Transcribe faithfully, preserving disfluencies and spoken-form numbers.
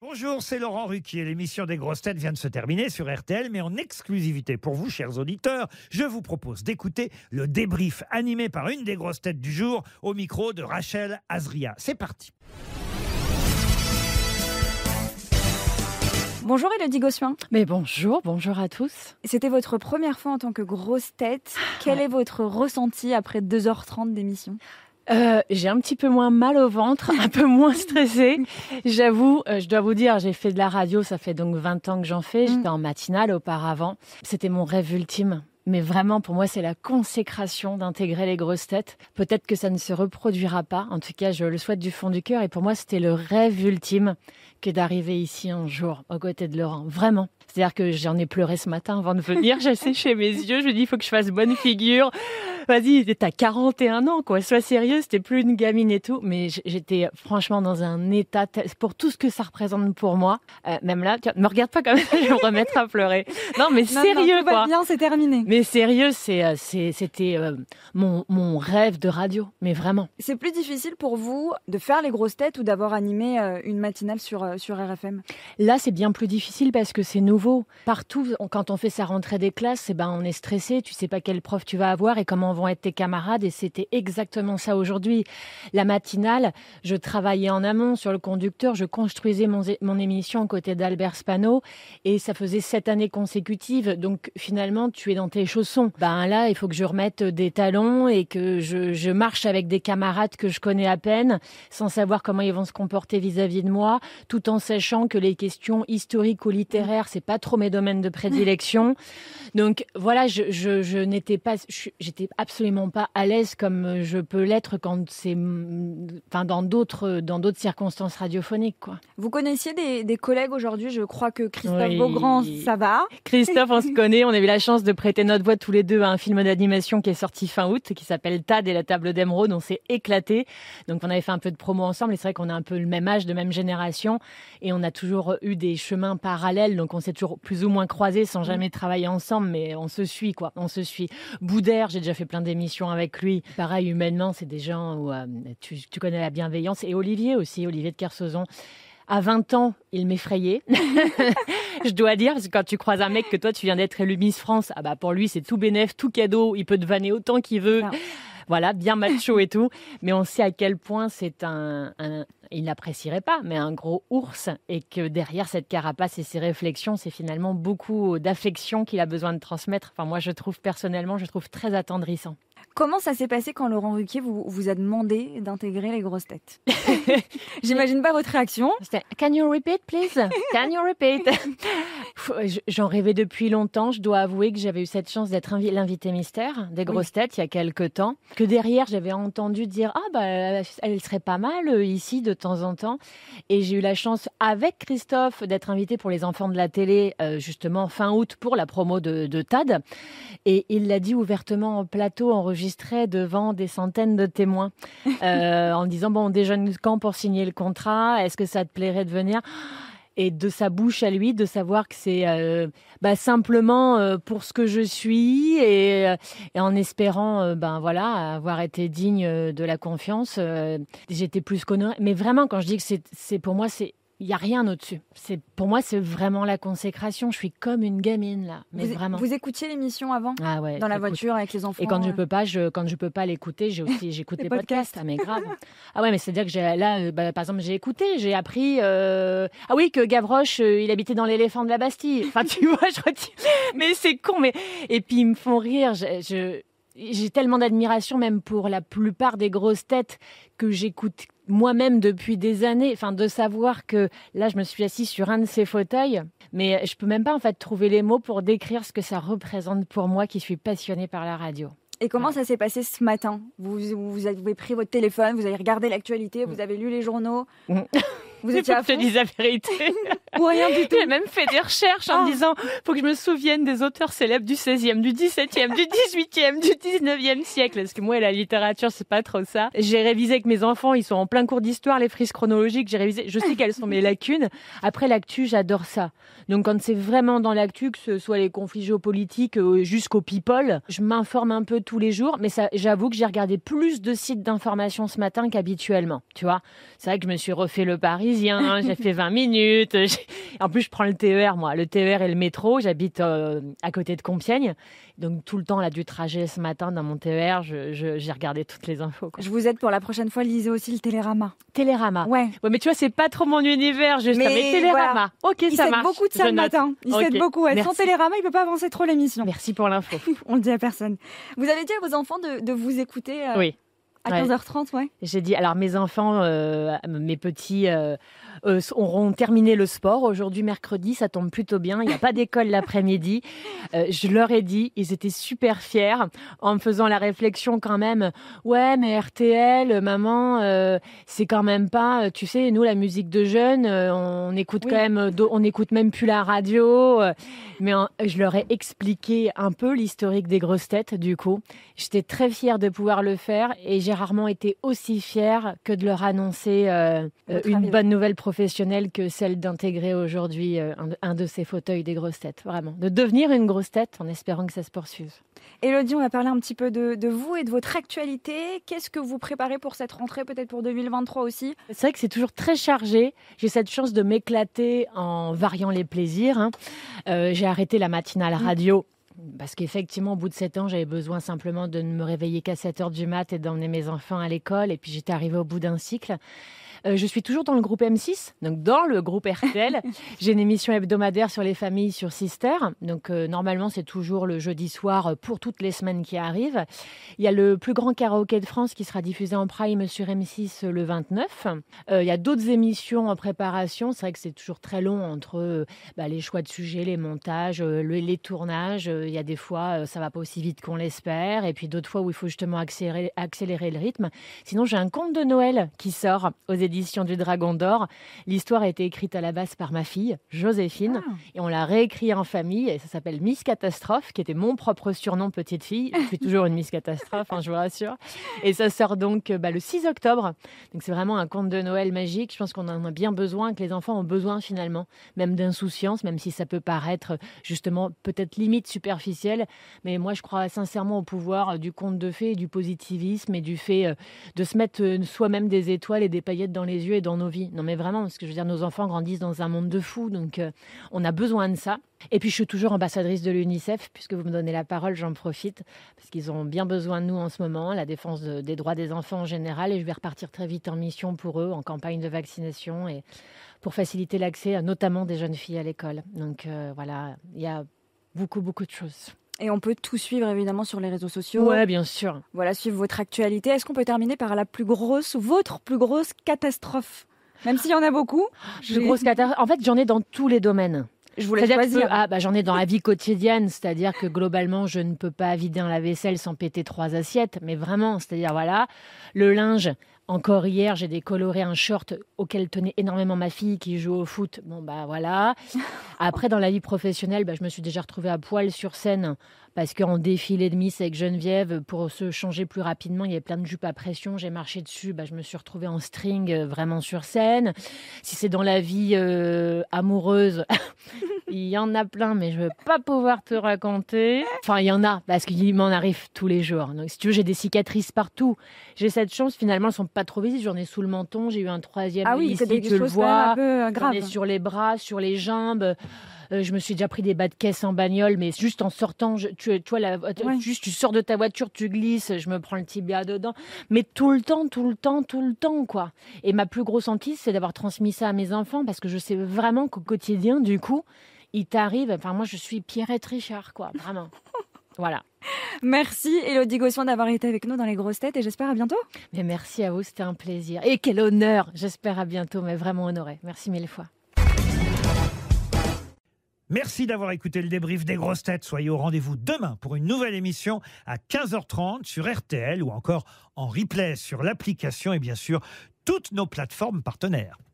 Bonjour, c'est Laurent Ruquier. L'émission des grosses têtes vient de se terminer sur R T L, mais en exclusivité pour vous, chers auditeurs, je vous propose d'écouter le débrief animé par une des grosses têtes du jour au micro de Rachel Azria. C'est parti. Bonjour Élodie Gossuin. Mais bonjour, bonjour à tous. C'était votre première fois en tant que grosse tête. Quel est votre ressenti après deux heures trente d'émission ? Euh, j'ai un petit peu moins mal au ventre, un peu moins stressée. J'avoue, euh, je dois vous dire, j'ai fait de la radio, ça fait donc vingt ans que j'en fais. J'étais en matinale auparavant. C'était mon rêve ultime. Mais vraiment, pour moi, c'est la consécration d'intégrer les grosses têtes. Peut-être que ça ne se reproduira pas. En tout cas, je le souhaite du fond du cœur. Et pour moi, c'était le rêve ultime que d'arriver ici un jour, aux côtés de Laurent. Vraiment. C'est-à-dire que j'en ai pleuré ce matin avant de venir. J'ai séché mes yeux. Je me dis, il faut que je fasse bonne figure. Vas-y, t'as quarante et un ans, quoi. Sois sérieuse, t'es plus une gamine et tout. Mais j'étais franchement dans un état, pour tout ce que ça représente pour moi. Euh, même là, tu vois, me regarde pas comme ça, je vais me remettre à pleurer. Non, mais non, sérieux, non, tout quoi. Va bien, c'est terminé. Mais sérieux, c'est, c'est, c'était euh, mon, mon rêve de radio. Mais vraiment. C'est plus difficile pour vous de faire les grosses têtes ou d'avoir animé euh, une matinale sur, euh, sur R F M ? Là, c'est bien plus difficile parce que c'est nouveau. Partout, quand on fait sa rentrée des classes, eh ben, on est stressé. Tu sais pas quel prof tu vas avoir et comment vont être tes camarades. Et c'était exactement ça aujourd'hui. La matinale, je travaillais en amont sur le conducteur. Je construisais mon, mon émission aux côtés d'Albert Spano. Et ça faisait sept années consécutives. Donc, finalement, tu es dans tes chaussons. Ben là, il faut que je remette des talons et que je, je marche avec des camarades que je connais à peine, sans savoir comment ils vont se comporter vis-à-vis de moi, tout en sachant que les questions historiques ou littéraires, c'est pas trop mes domaines de prédilection. Donc voilà, je, je, je n'étais pas, je, j'étais absolument pas à l'aise comme je peux l'être quand c'est, enfin dans d'autres, dans d'autres circonstances radiophoniques, quoi. Vous connaissiez des, des collègues aujourd'hui, je crois que Christophe Oui. Beaugrand, ça va. Christophe, on se connaît, on a eu la chance de prêter notre voix tous les deux à un film d'animation qui est sorti fin août, qui s'appelle Tad et la table d'émeraude. On s'est éclaté. Donc on avait fait un peu de promo ensemble et c'est vrai qu'on a un peu le même âge, de même génération et on a toujours eu des chemins parallèles. Donc on s'est toujours plus ou moins croisés sans jamais travailler ensemble, mais on se suit, quoi. On se suit. Boudère, j'ai déjà fait plein d'émissions avec lui. Pareil, humainement, c'est des gens où euh, tu, tu connais la bienveillance. Et Olivier aussi, Olivier de Kersauzon. À vingt ans, il m'effrayait. Je dois dire, parce que quand tu croises un mec que toi, tu viens d'être élu Miss France, ah bah pour lui, c'est tout bénef, tout cadeau. Il peut te vanner autant qu'il veut. Ah. Voilà, bien macho et tout. Mais on sait à quel point c'est un, un il n'apprécierait pas, mais un gros ours. Et que derrière cette carapace et ses réflexions, c'est finalement beaucoup d'affection qu'il a besoin de transmettre. Enfin, moi, je trouve personnellement, je trouve très attendrissant. Comment ça s'est passé quand Laurent Ruquier vous, vous a demandé d'intégrer les grosses têtes ? J'imagine pas votre réaction. Can you repeat, please? Can you repeat? J'en rêvais depuis longtemps. Je dois avouer que j'avais eu cette chance d'être invi- l'invité mystère des grosses oui. têtes il y a quelques temps. Que derrière, j'avais entendu dire « Ah, bah, elle serait pas mal euh, ici de temps en temps. » Et j'ai eu la chance, avec Christophe, d'être invité pour les enfants de la télé, euh, justement fin août, pour la promo de, de Tad. Et il l'a dit ouvertement en plateau, enregistré devant des centaines de témoins, euh, en disant « Bon, on déjeune quand pour signer le contrat? Est-ce que ça te plairait de venir ?» Et de sa bouche à lui, de savoir que c'est euh, bah, simplement euh, pour ce que je suis et, euh, et en espérant euh, ben, voilà, avoir été digne de la confiance, euh, j'étais plus qu'honorée. Mais vraiment, quand je dis que c'est, c'est pour moi, c'est il n'y a rien au-dessus. C'est, pour moi, c'est vraiment la consécration. Je suis comme une gamine, là. Mais vous, vraiment. Vous écoutiez l'émission avant ? Ah ouais. Dans la voiture avec les enfants ? Et quand euh... je peux pas, je, quand je peux pas l'écouter, j'ai aussi, j'écoute les, les podcasts. podcasts. Ah, mais grave. Ah ouais, mais c'est-à-dire que j'ai, là, euh, bah, par exemple, j'ai écouté, j'ai appris, euh... ah oui, que Gavroche, euh, il habitait dans l'éléphant de la Bastille. Enfin, tu vois, je retire. Mais c'est con, mais, et puis ils me font rire. Je, je... J'ai tellement d'admiration même pour la plupart des grosses têtes que j'écoute moi-même depuis des années. Enfin, de savoir que là, je me suis assise sur un de ces fauteuils, mais je peux même pas en fait trouver les mots pour décrire ce que ça représente pour moi qui suis passionnée par la radio. Et comment ça s'est passé ce matin ? vous, vous avez pris votre téléphone, vous avez regardé l'actualité, vous avez lu les journaux. Vous étiez à fond ? Je te dis la vérité. Ou rien du tout. J'ai même fait des recherches en oh. me disant, faut que je me souvienne des auteurs célèbres du seizième, du dix-septième, du dix-huitième, du dix-neuvième siècle. Parce que moi, la littérature, c'est pas trop ça. J'ai révisé avec mes enfants, ils sont en plein cours d'histoire, les frises chronologiques. J'ai révisé, je sais quelles sont mes lacunes. Après l'actu, j'adore ça. Donc quand c'est vraiment dans l'actu, que ce soit les conflits géopolitiques euh, jusqu'au people, je m'informe un peu tous les jours. Mais ça, j'avoue que j'ai regardé plus de sites d'information ce matin qu'habituellement. Tu vois, c'est vrai que je me suis refait le pari. Parisien, j'ai fait vingt minutes. En plus, je prends le T E R, moi. Le T E R et le métro. J'habite euh, à côté de Compiègne. Donc, tout le temps là, du trajet ce matin dans mon T E R, je, je, j'ai regardé toutes les infos. Quoi. Je vous aide pour la prochaine fois. Lisez aussi le Télérama. Télérama. Ouais. Ouais, mais tu vois, c'est pas trop mon univers. Juste mais mais Télérama. Voilà. Ok, il ça marche. Il beaucoup de ça je le note. matin. Il okay. s'aide beaucoup. Ouais. Sans Merci. Télérama, il peut pas avancer trop l'émission. Merci pour l'info. On le dit à personne. Vous avez dit à vos enfants de, de vous écouter euh, Oui. à quinze heures trente, ouais. J'ai dit, alors mes enfants, euh, mes petits, euh, euh, auront terminé le sport. Aujourd'hui, mercredi, ça tombe plutôt bien. Il n'y a pas d'école l'après-midi. Euh, je leur ai dit, ils étaient super fiers en me faisant la réflexion quand même. Ouais, mais R T L, maman, euh, c'est quand même pas, tu sais, nous, la musique de jeunes, euh, on écoute oui. quand même, on n'écoute même plus la radio. Euh, mais en, je leur ai expliqué un peu l'historique des grosses têtes, du coup. J'étais très fière de pouvoir le faire et j'ai rarement été aussi fière que de leur annoncer euh, une avis. bonne nouvelle professionnelle que celle d'intégrer aujourd'hui euh, un, un de ces fauteuils des grosses têtes, vraiment. De devenir une grosse tête en espérant que ça se poursuive. Élodie, on va parler un petit peu de, de vous et de votre actualité. Qu'est-ce que vous préparez pour cette rentrée, peut-être pour deux mille vingt-trois aussi ? C'est vrai que c'est toujours très chargé. J'ai cette chance de m'éclater en variant les plaisirs. Hein. Euh, j'ai arrêté la matinale radio. Parce qu'effectivement, au bout de sept ans, j'avais besoin simplement de ne me réveiller qu'à sept heures du mat et d'emmener mes enfants à l'école. Et puis, j'étais arrivée au bout d'un cycle. Euh, je suis toujours dans le groupe M six, donc dans le groupe R T L. J'ai une émission hebdomadaire sur les familles sur Sister. Donc, euh, normalement, c'est toujours le jeudi soir pour toutes les semaines qui arrivent. Il y a le plus grand karaoké de France qui sera diffusé en prime sur M six le vingt-neuf. Euh, il y a d'autres émissions en préparation. C'est vrai que c'est toujours très long entre euh, bah, les choix de sujets, les montages, euh, le, les tournages. Euh, il y a des fois, euh, ça va pas aussi vite qu'on l'espère. Et puis d'autres fois où il faut justement accélérer, accélérer le rythme. Sinon, j'ai un conte de Noël qui sort aux éditions du Dragon d'Or. L'histoire a été écrite à la base par ma fille, Joséphine, ah. et on l'a réécrit en famille, et ça s'appelle Miss Catastrophe, qui était mon propre surnom petite fille. Je suis toujours une Miss Catastrophe, hein, je vous rassure. Et ça sort donc bah, le six octobre. Donc c'est vraiment un conte de Noël magique. Je pense qu'on en a bien besoin, que les enfants ont besoin finalement, même d'insouciance, même si ça peut paraître justement peut-être limite superficiel. Mais moi, je crois sincèrement au pouvoir du conte de fées, du positivisme et du fait de se mettre soi-même des étoiles et des paillettes dans les yeux et dans nos vies. Non mais vraiment, parce que je veux dire, nos enfants grandissent dans un monde de fous, donc euh, on a besoin de ça. Et puis je suis toujours ambassadrice de l'UNICEF, puisque vous me donnez la parole, j'en profite, parce qu'ils ont bien besoin de nous en ce moment, la défense de, des droits des enfants en général, et je vais repartir très vite en mission pour eux, en campagne de vaccination, et pour faciliter l'accès, notamment des jeunes filles à l'école. Donc euh, voilà, il y a beaucoup, beaucoup de choses. Et on peut tout suivre évidemment sur les réseaux sociaux. Ouais, bien sûr. Voilà, suivre votre actualité. Est-ce qu'on peut terminer par la plus grosse, votre plus grosse catastrophe ? Même s'il y en a beaucoup. Plus grosse catastrophe. En fait, j'en ai dans tous les domaines. Je voulais choisir. Que, ah, bah, j'en ai dans la vie quotidienne, c'est-à-dire que globalement, je ne peux pas vider un lave-vaisselle sans péter trois assiettes, mais vraiment, c'est-à-dire voilà, le linge. Encore hier, j'ai décoloré un short auquel tenait énormément ma fille qui joue au foot. Bon, bah voilà. Après, dans la vie professionnelle, bah, je me suis déjà retrouvée à poil sur scène parce qu'en défilé de Miss avec Geneviève, pour se changer plus rapidement, il y avait plein de jupes à pression. J'ai marché dessus, bah, je me suis retrouvée en string euh, vraiment sur scène. Si c'est dans la vie euh, amoureuse, il y en a plein, mais je ne vais pas pouvoir te raconter. Enfin, il y en a, parce qu'il m'en arrive tous les jours. Donc, si tu veux, j'ai des cicatrices partout. J'ai cette chance, finalement, elles ne sont pas trop visibles. J'en ai sous le menton, j'ai eu un troisième ah oui, ici, des tu le vois. Un peu grave. J'en ai sur les bras, sur les jambes. Euh, je me suis déjà pris des bas de caisse en bagnole, mais juste en sortant, je, tu, tu vois, la, ouais. juste tu sors de ta voiture, tu glisses, je me prends le tibia dedans. Mais tout le temps, tout le temps, tout le temps, quoi. Et ma plus grosse hantise, c'est d'avoir transmis ça à mes enfants, parce que je sais vraiment qu'au quotidien, du coup, il t'arrive. Enfin, moi, je suis Pierrette Richard, quoi, vraiment. Voilà. Merci Élodie Gossuin d'avoir été avec nous dans les grosses têtes et j'espère à bientôt. Mais merci à vous, c'était un plaisir. Et quel honneur. J'espère à bientôt, mais vraiment honorée. Merci mille fois. Merci d'avoir écouté le débrief des grosses têtes. Soyez au rendez-vous demain pour une nouvelle émission à quinze heures trente sur R T L ou encore en replay sur l'application et bien sûr toutes nos plateformes partenaires.